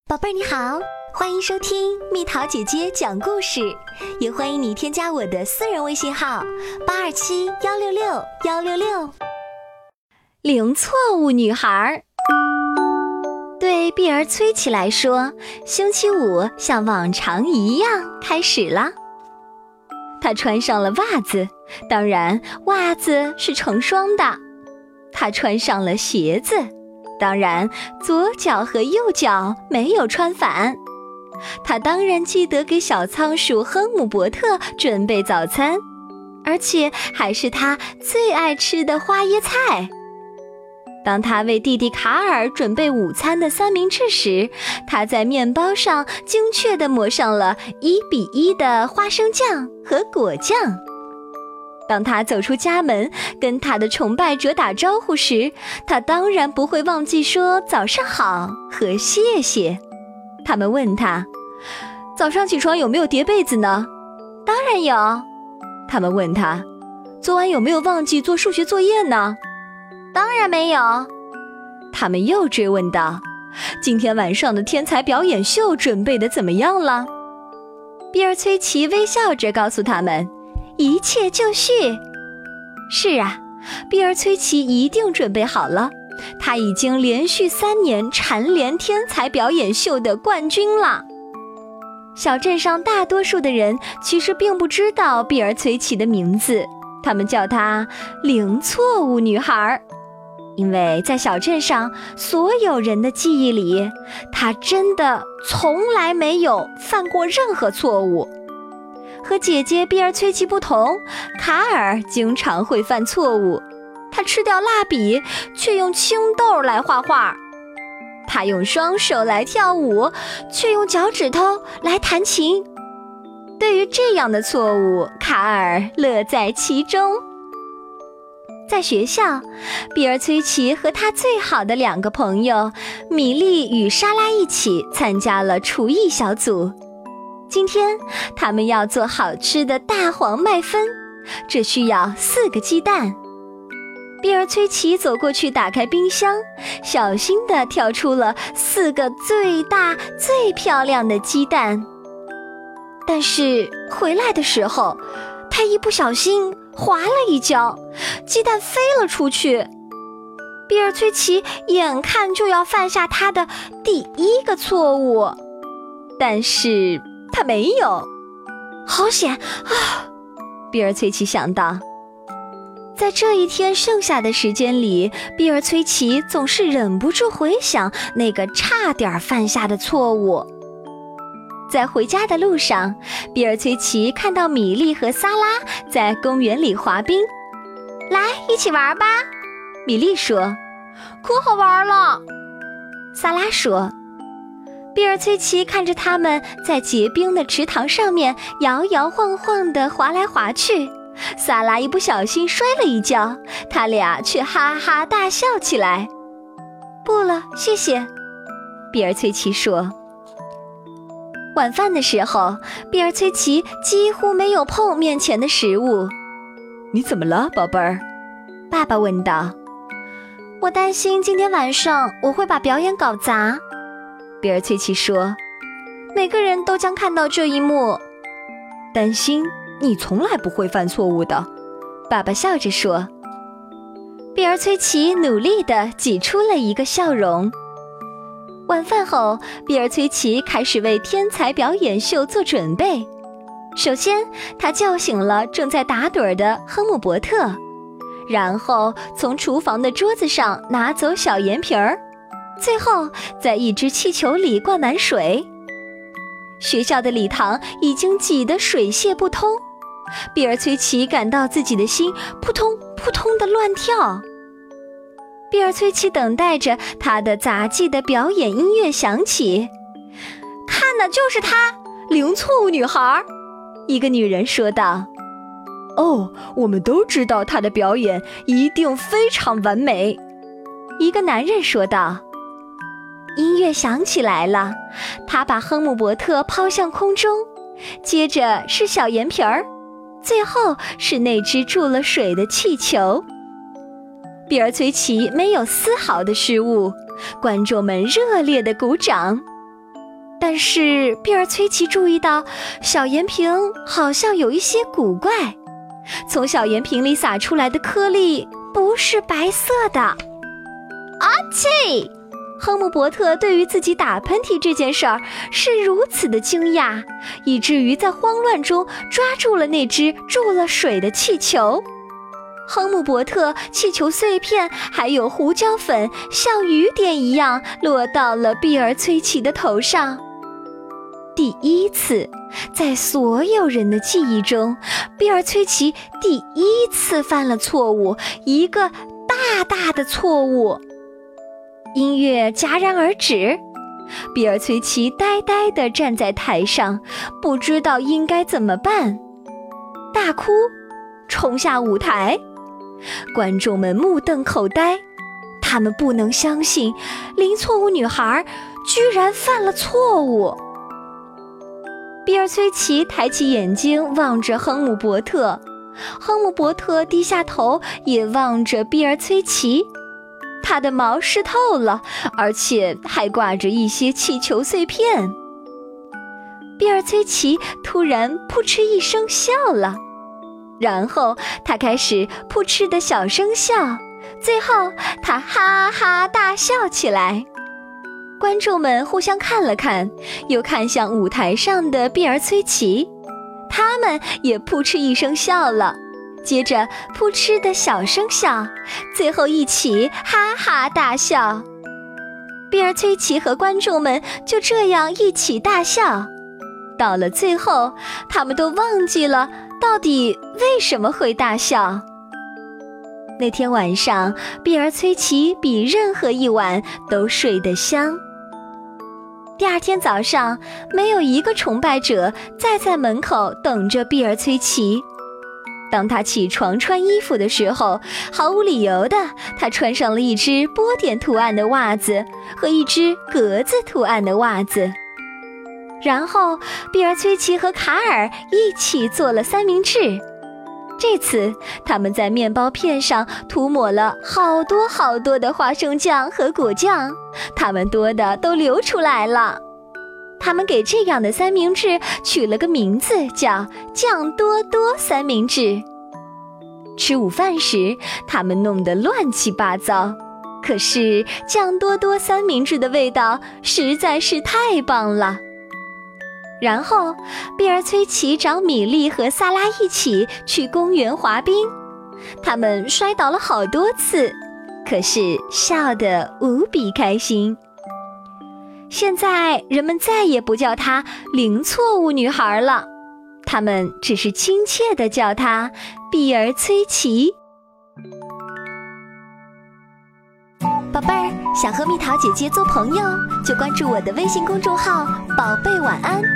宝贝儿你好，欢迎收听蜜桃姐姐讲故事，也欢迎你添加我的私人微信号827166166。零错误女孩。对碧儿崔琪来说，星期五像往常一样开始了。她穿上了袜子，当然袜子是成双的。她穿上了鞋子，当然左脚和右脚没有穿反。他当然记得给小仓鼠亨姆伯特准备早餐，而且还是他最爱吃的花椰菜。当他为弟弟卡尔准备午餐的三明治时，他在面包上精确地抹上了1:1的花生酱和果酱。当他走出家门跟他的崇拜者打招呼时，他当然不会忘记说早上好和谢谢。他们问他，早上起床有没有叠被子呢？当然有。他们问他，昨晚有没有忘记做数学作业呢？当然没有。他们又追问道，今天晚上的天才表演秀准备得怎么样了？比尔崔奇微笑着告诉他们，一切就绪。是啊，比尔崔奇一定准备好了，他已经连续3年蝉联天才表演秀的冠军了。小镇上大多数的人其实并不知道比尔崔奇的名字，他们叫她零错误女孩，因为在小镇上所有人的记忆里，她真的从来没有犯过任何错误。和姐姐比尔崔奇不同，卡尔经常会犯错误。他吃掉蜡笔，却用青豆来画画；他用双手来跳舞，却用脚趾头来弹琴。对于这样的错误，卡尔乐在其中。在学校，比尔崔奇和他最好的2个朋友米莉与莎拉一起参加了厨艺小组。今天他们要做好吃的大黄麦芬，这需要4个鸡蛋。比尔崔奇走过去打开冰箱，小心地挑出了4个最大最漂亮的鸡蛋。但是回来的时候，他一不小心滑了一跤，鸡蛋飞了出去。比尔崔奇眼看就要犯下他的第1个错误，但是他没有。好险啊！比尔崔奇想到。在这一天剩下的时间里，比尔崔奇总是忍不住回想那个差点犯下的错误。在回家的路上，比尔崔奇看到米莉和萨拉在公园里滑冰。来，一起玩吧，米莉说。可好玩了，萨拉说。比尔崔奇看着他们在结冰的池塘上面摇摇晃晃地滑来滑去，萨拉一不小心摔了一跤，他俩却哈哈大笑起来。不了，谢谢，比尔崔奇说。晚饭的时候，比尔崔奇几乎没有碰面前的食物。你怎么了，宝贝儿？爸爸问道。我担心今天晚上我会把表演搞砸，比尔崔奇说。每个人都将看到这一幕。担心？你从来不会犯错误的，爸爸笑着说。比尔崔奇努力地挤出了一个笑容。晚饭后，比尔崔奇开始为天才表演秀做准备。首先，他叫醒了正在打盹的亨姆伯特，然后从厨房的桌子上拿走小盐瓶儿，最后在一只气球里灌满水。学校的礼堂已经挤得水泄不通，比尔崔奇感到自己的心扑通扑通地乱跳。比尔崔奇等待着他的杂技的表演音乐响起。看的就是她，零错误女孩，一个女人说道。哦，我们都知道她的表演一定非常完美，一个男人说道。音乐响起来了，他把亨姆伯特抛向空中，接着是小盐瓶儿，最后是那只注了水的气球。比尔崔奇没有丝毫的失误，观众们热烈地鼓掌。 但是比尔崔奇注意到小盐瓶好像有一些古怪，从小盐瓶里洒出来的颗粒不是白色的。阿嚏！亨姆伯特对于自己打喷嚏这件事儿是如此的惊讶，以至于在慌乱中抓住了那只注了水的气球。亨姆伯特气球碎片还有胡椒粉像雨点一样落到了比尔崔奇的头上。第一次，在所有人的记忆中，比尔崔奇第一次犯了错误，一个大大的错误。音乐戛然而止，比尔崔奇呆呆地站在台上，不知道应该怎么办。大哭，冲下舞台。观众们目瞪口呆，他们不能相信零错误女孩居然犯了错误。比尔崔奇抬起眼睛望着亨姆伯特，亨姆伯特低下头也望着比尔崔奇。他的毛湿透了，而且还挂着一些气球碎片。比尔崔奇突然扑哧一声笑了，然后他开始扑哧的小声笑，最后他哈哈大笑起来。观众们互相看了看，又看向舞台上的比尔崔奇，他们也扑哧一声笑了，接着扑哧的小声笑，最后一起哈哈大笑。比尔崔奇和观众们就这样一起大笑，到了最后，他们都忘记了到底为什么会大笑。那天晚上，比尔崔奇比任何一晚都睡得香。第二天早上，没有一个崇拜者再在门口等着比尔崔奇。当他起床穿衣服的时候，毫无理由的，他穿上了一只波点图案的袜子和一只格子图案的袜子。然后，比尔崔奇和卡尔一起做了三明治。这次，他们在面包片上涂抹了好多好多的花生酱和果酱，它们多的都流出来了。他们给这样的三明治取了个名字，叫酱多多三明治。吃午饭时，他们弄得乱七八糟，可是酱多多三明治的味道实在是太棒了。然后，比尔崔奇找米莉和萨拉一起去公园滑冰，他们摔倒了好多次，可是笑得无比开心。现在人们再也不叫她零错误女孩了，他们只是亲切地叫她比尔崔奇。宝贝儿，想和蜜桃姐姐做朋友，就关注我的微信公众号“宝贝晚安”。